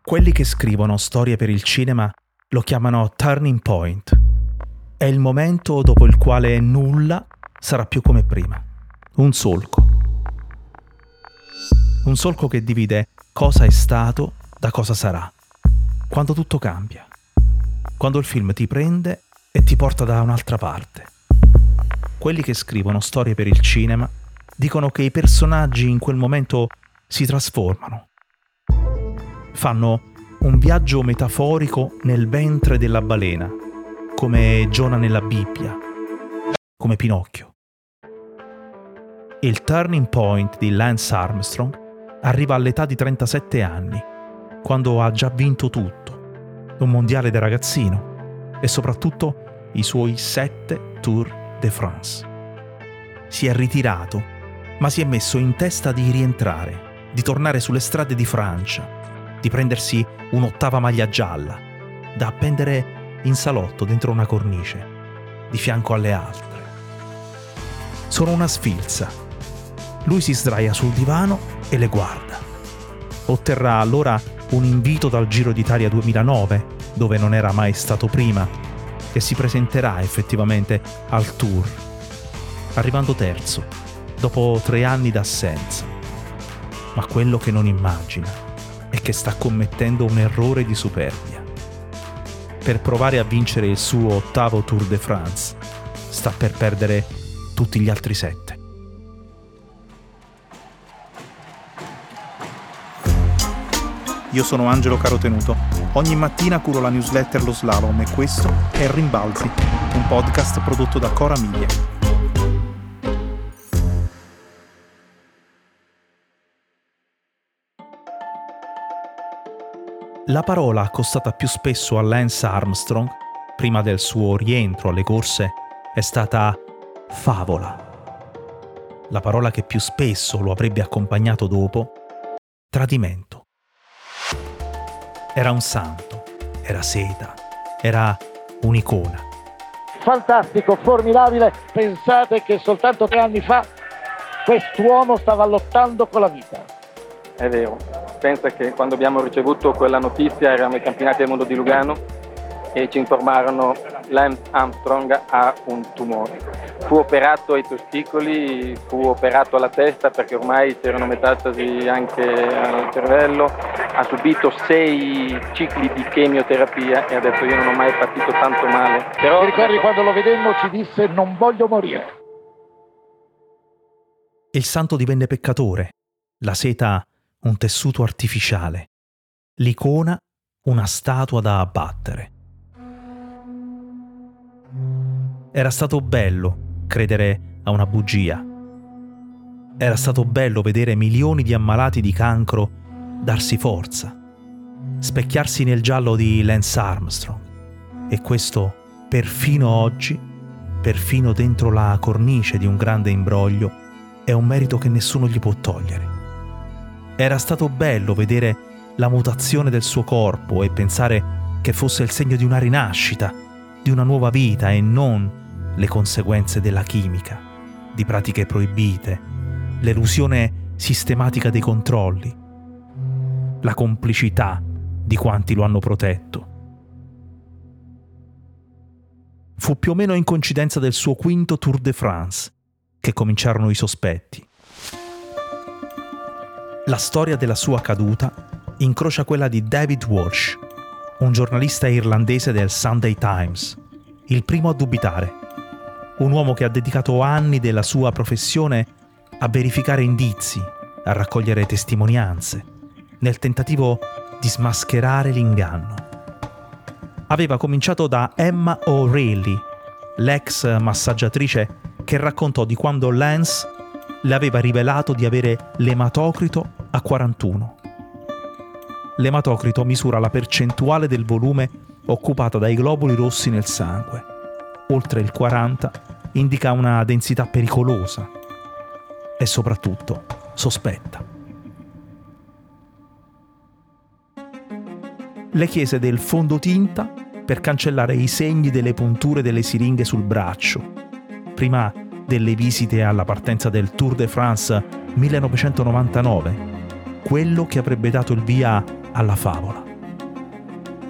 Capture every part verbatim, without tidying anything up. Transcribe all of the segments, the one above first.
Quelli che scrivono storie per il cinema lo chiamano turning point. È il momento dopo il quale nulla sarà più come prima. Un solco. Un solco che divide cosa è stato da cosa sarà. Quando tutto cambia. Quando il film ti prende e ti porta da un'altra parte. Quelli che scrivono storie per il cinema dicono che i personaggi in quel momento si trasformano. Fanno un viaggio metaforico nel ventre della balena, come Giona nella Bibbia, come Pinocchio. Il turning point di Lance Armstrong arriva all'età di trentasette anni, quando ha già vinto tutto, un mondiale da ragazzino e soprattutto i suoi sette Tour de France. Si è ritirato, ma si è messo in testa di rientrare, di tornare sulle strade di Francia, di prendersi un'ottava maglia gialla, da appendere in salotto dentro una cornice, di fianco alle altre. Sono una sfilza. Lui si sdraia sul divano e le guarda. Otterrà allora un invito dal Giro d'Italia duemilanove, dove non era mai stato prima, e si presenterà effettivamente al Tour, arrivando terzo, dopo tre anni d'assenza. Ma quello che non immagina è che sta commettendo un errore di superbia. Per provare a vincere il suo ottavo Tour de France, sta per perdere tutti gli altri sette. Io sono Angelo Carotenuto. Ogni mattina curo la newsletter Lo Slalom e questo è Rimbalzi, un podcast prodotto da Cora Media. La parola accostata più spesso a Lance Armstrong, prima del suo rientro alle corse, è stata favola. La parola che più spesso lo avrebbe accompagnato dopo, tradimento. Era un santo, era seta, era un'icona. Fantastico, formidabile. Pensate che soltanto tre anni fa quest'uomo stava lottando con la vita. È vero. Pensa che quando abbiamo ricevuto quella notizia eravamo ai campionati del mondo di Lugano e ci informarono Lance Armstrong ha un tumore. Fu operato ai testicoli, fu operato alla testa perché ormai c'erano metastasi anche al cervello, ha subito sei cicli di chemioterapia e ha detto io non ho mai partito tanto male. Però ti ricordi quando lo vedemmo ci disse non voglio morire. Il santo divenne peccatore, la seta un tessuto artificiale, l'icona una statua da abbattere. Era stato bello credere a una bugia. Era stato bello vedere milioni di ammalati di cancro darsi forza, specchiarsi nel giallo di Lance Armstrong. E questo perfino oggi, perfino dentro la cornice di un grande imbroglio, è un merito che nessuno gli può togliere. Era stato bello vedere la mutazione del suo corpo e pensare che fosse il segno di una rinascita, di una nuova vita e non le conseguenze della chimica, di pratiche proibite, l'elusione sistematica dei controlli, la complicità di quanti lo hanno protetto. Fu più o meno in coincidenza del suo quinto Tour de France che cominciarono i sospetti. La storia della sua caduta incrocia quella di David Walsh, un giornalista irlandese del Sunday Times, il primo a dubitare. Un uomo che ha dedicato anni della sua professione a verificare indizi, a raccogliere testimonianze, nel tentativo di smascherare l'inganno. Aveva cominciato da Emma O'Reilly, l'ex massaggiatrice che raccontò di quando Lance le aveva rivelato di avere l'ematocrito a quarantuno. L'ematocrito misura la percentuale del volume occupata dai globuli rossi nel sangue. Oltre il quaranta indica una densità pericolosa e soprattutto sospetta. Le chiese del fondotinta per cancellare i segni delle punture delle siringhe sul braccio, prima delle visite alla partenza del Tour de France millenovecentonovantanove, quello che avrebbe dato il via alla favola.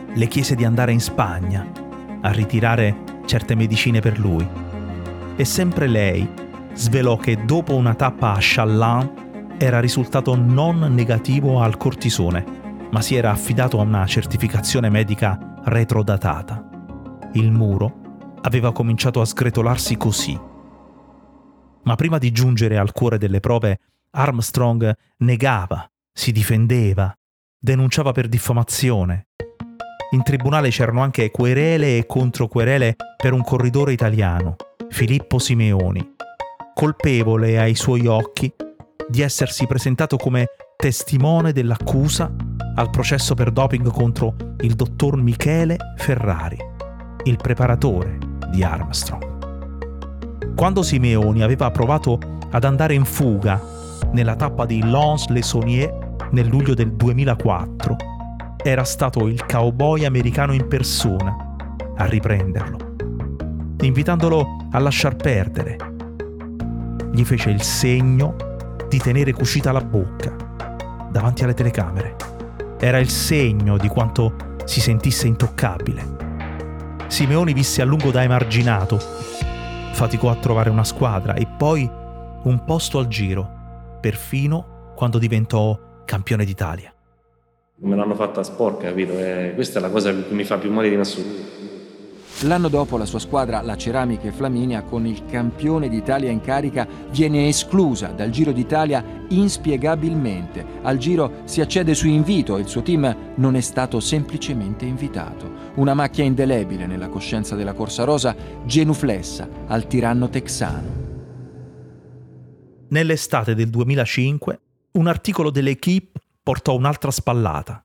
le chiese di andare in Spagna a ritirare certe medicine per lui. E sempre lei svelò che dopo una tappa a Challant era risultato non negativo al cortisone, ma si era affidato a una certificazione medica retrodatata. Il muro aveva cominciato a sgretolarsi così. Ma prima di giungere al cuore delle prove, Armstrong negava, si difendeva, denunciava per diffamazione. In tribunale c'erano anche querele e controquerele per un corridore italiano, Filippo Simeoni, colpevole ai suoi occhi di essersi presentato come testimone dell'accusa al processo per doping contro il dottor Michele Ferrari, il preparatore di Armstrong. Quando Simeoni aveva provato ad andare in fuga nella tappa di Lons-le-Saunier nel luglio del duemilaquattro, era stato il cowboy americano in persona a riprenderlo, invitandolo a lasciar perdere. Gli fece il segno di tenere cucita la bocca davanti alle telecamere. Era il segno di quanto si sentisse intoccabile. Simeoni visse a lungo da emarginato, faticò a trovare una squadra e poi un posto al giro, perfino quando diventò campione d'Italia. Me l'hanno fatta sporca, capito? E questa è la cosa che mi fa più male in assoluto. L'anno dopo la sua squadra, la Ceramiche Flaminia, con il campione d'Italia in carica, viene esclusa dal Giro d'Italia inspiegabilmente. Al Giro si accede su invito e il suo team non è stato semplicemente invitato. Una macchia indelebile nella coscienza della Corsa Rosa, genuflessa al tiranno texano. Nell'estate del duemilacinque, un articolo dell'Équipe portò un'altra spallata.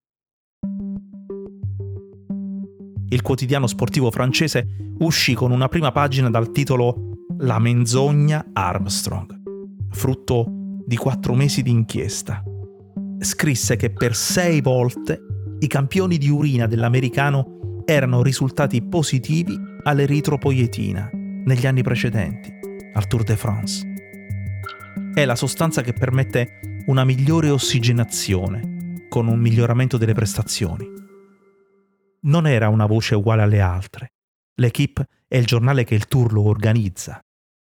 Il quotidiano sportivo francese uscì con una prima pagina dal titolo La menzogna Armstrong, frutto di quattro mesi di inchiesta. Scrisse che per sei volte i campioni di urina dell'americano erano risultati positivi all'eritropoietina negli anni precedenti al Tour de France. È la sostanza che permette una migliore ossigenazione con un miglioramento delle prestazioni. Non era una voce uguale alle altre. L'Équipe è il giornale che il Tour lo organizza.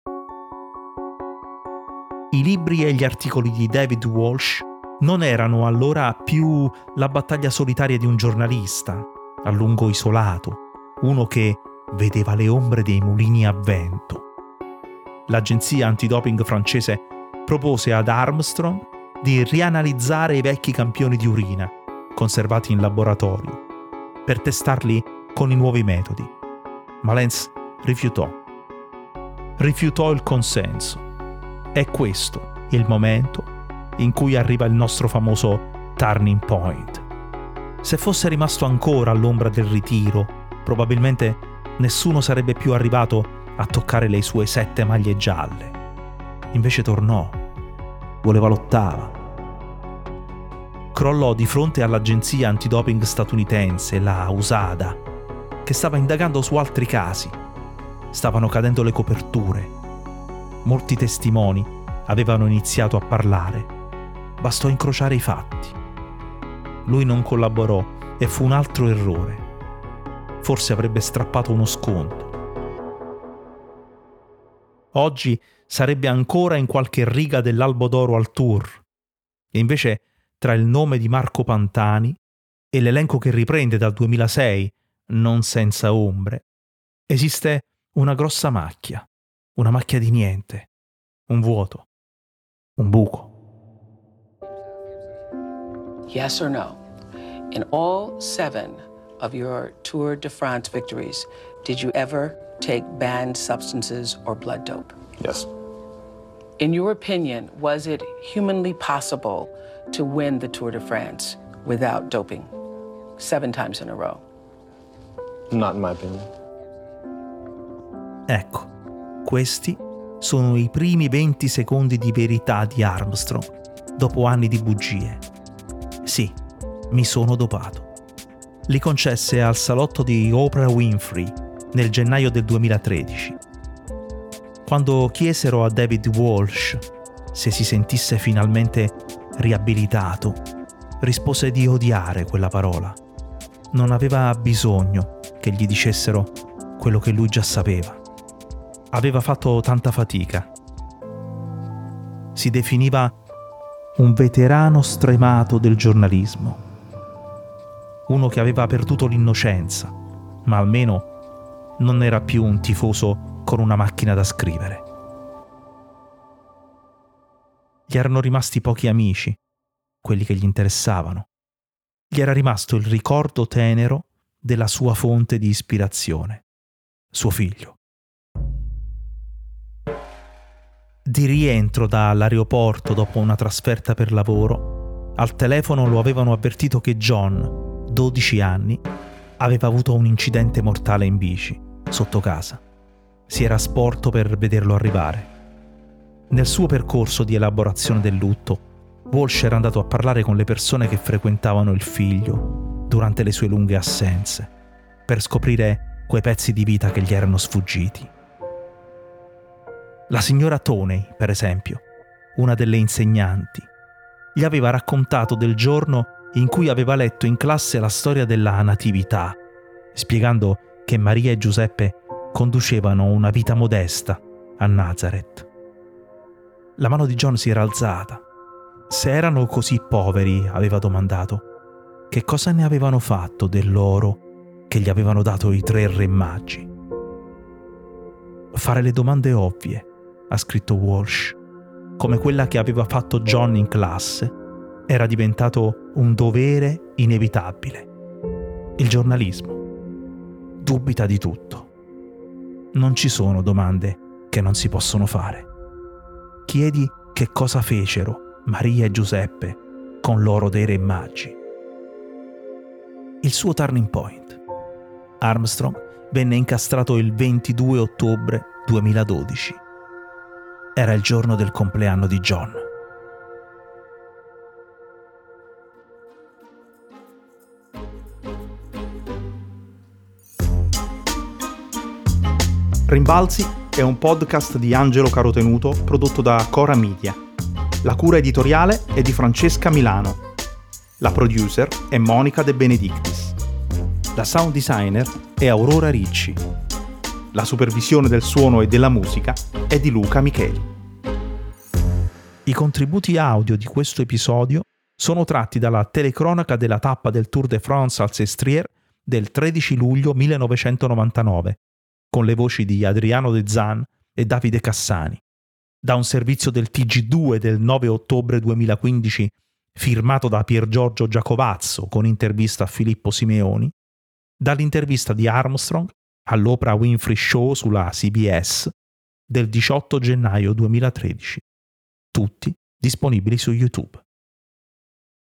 I libri e gli articoli di David Walsh non erano allora più la battaglia solitaria di un giornalista, a lungo isolato, uno che vedeva le ombre dei mulini a vento. L'agenzia antidoping francese propose ad Armstrong di rianalizzare i vecchi campioni di urina, conservati in laboratorio, per testarli con i nuovi metodi. Ma Lance rifiutò. Rifiutò il consenso. È questo il momento in cui arriva il nostro famoso turning point. Se fosse rimasto ancora all'ombra del ritiro, probabilmente nessuno sarebbe più arrivato a toccare le sue sette maglie gialle. Invece tornò. Voleva l'ottava. Crollò di fronte all'agenzia antidoping statunitense, la U S A D A, che stava indagando su altri casi. Stavano cadendo le coperture. Molti testimoni avevano iniziato a parlare. Bastò incrociare i fatti. Lui non collaborò e fu un altro errore. Forse avrebbe strappato uno sconto. Oggi sarebbe ancora in qualche riga dell'Albo d'Oro al Tour. E invece, tra il nome di Marco Pantani e l'elenco che riprende dal duemilasei, non senza ombre, esiste una grossa macchia, una macchia di niente, un vuoto, un buco. Yes or no? In all seven of your Tour de France victories, did you ever take banned substances or blood dope? Yes. In your opinion, was it humanly possible to win the Tour de France without doping seven times in a row? Not in my opinion. Ecco, questi sono i primi venti secondi di verità di Armstrong dopo anni di bugie. Sì, mi sono dopato. Li concesse al salotto di Oprah Winfrey nel gennaio del duemilatredici. Quando chiesero a David Walsh se si sentisse finalmente riabilitato, rispose di odiare quella parola. non aveva bisogno che gli dicessero quello che lui già sapeva. Aveva fatto tanta fatica. Si definiva un veterano stremato del giornalismo, uno che aveva perduto l'innocenza, ma almeno non era più un tifoso con una macchina da scrivere. Gli erano rimasti pochi amici, quelli che gli interessavano. Gli era rimasto il ricordo tenero della sua fonte di ispirazione, suo figlio. Di rientro dall'aeroporto dopo una trasferta per lavoro, al telefono lo avevano avvertito che John, dodici anni, aveva avuto un incidente mortale in bici, sotto casa. Si era sporto per vederlo arrivare. Nel suo percorso di elaborazione del lutto, Walsh era andato a parlare con le persone che frequentavano il figlio durante le sue lunghe assenze, per scoprire quei pezzi di vita che gli erano sfuggiti. La signora Toney, per esempio, una delle insegnanti, gli aveva raccontato del giorno in cui aveva letto in classe la storia della natività, spiegando che Maria e Giuseppe conducevano una vita modesta a Nazareth. La mano di John si era alzata. Se erano così poveri, aveva domandato, che cosa ne avevano fatto dell'oro che gli avevano dato i tre re magi? Fare le domande ovvie, ha scritto Walsh, come quella che aveva fatto John in classe, era diventato un dovere inevitabile. Il giornalismo dubita di tutto. Non ci sono domande che non si possono fare. Chiedi che cosa fecero Maria e Giuseppe con l'oro dei re magi. Il suo turning point. Armstrong venne incastrato il ventidue ottobre duemiladodici. Era il giorno del compleanno di John. Rimbalzi è un podcast di Angelo Carotenuto prodotto da Cora Media. La cura editoriale è di Francesca Milano. La producer è Monica De Benedictis. La sound designer è Aurora Ricci. La supervisione del suono e della musica è di Luca Micheli. I contributi audio di questo episodio sono tratti dalla telecronaca della tappa del Tour de France Alpes Estrier del tredici luglio millenovecentonovantanove, con le voci di Adriano De Zan e Davide Cassani, da un servizio del T G due del nove ottobre duemilaquindici firmato da Pier Giorgio Giacovazzo con intervista a Filippo Simeoni, dall'intervista di Armstrong all'Oprah Winfrey Show sulla C B S del diciotto gennaio duemilatredici, tutti disponibili su YouTube.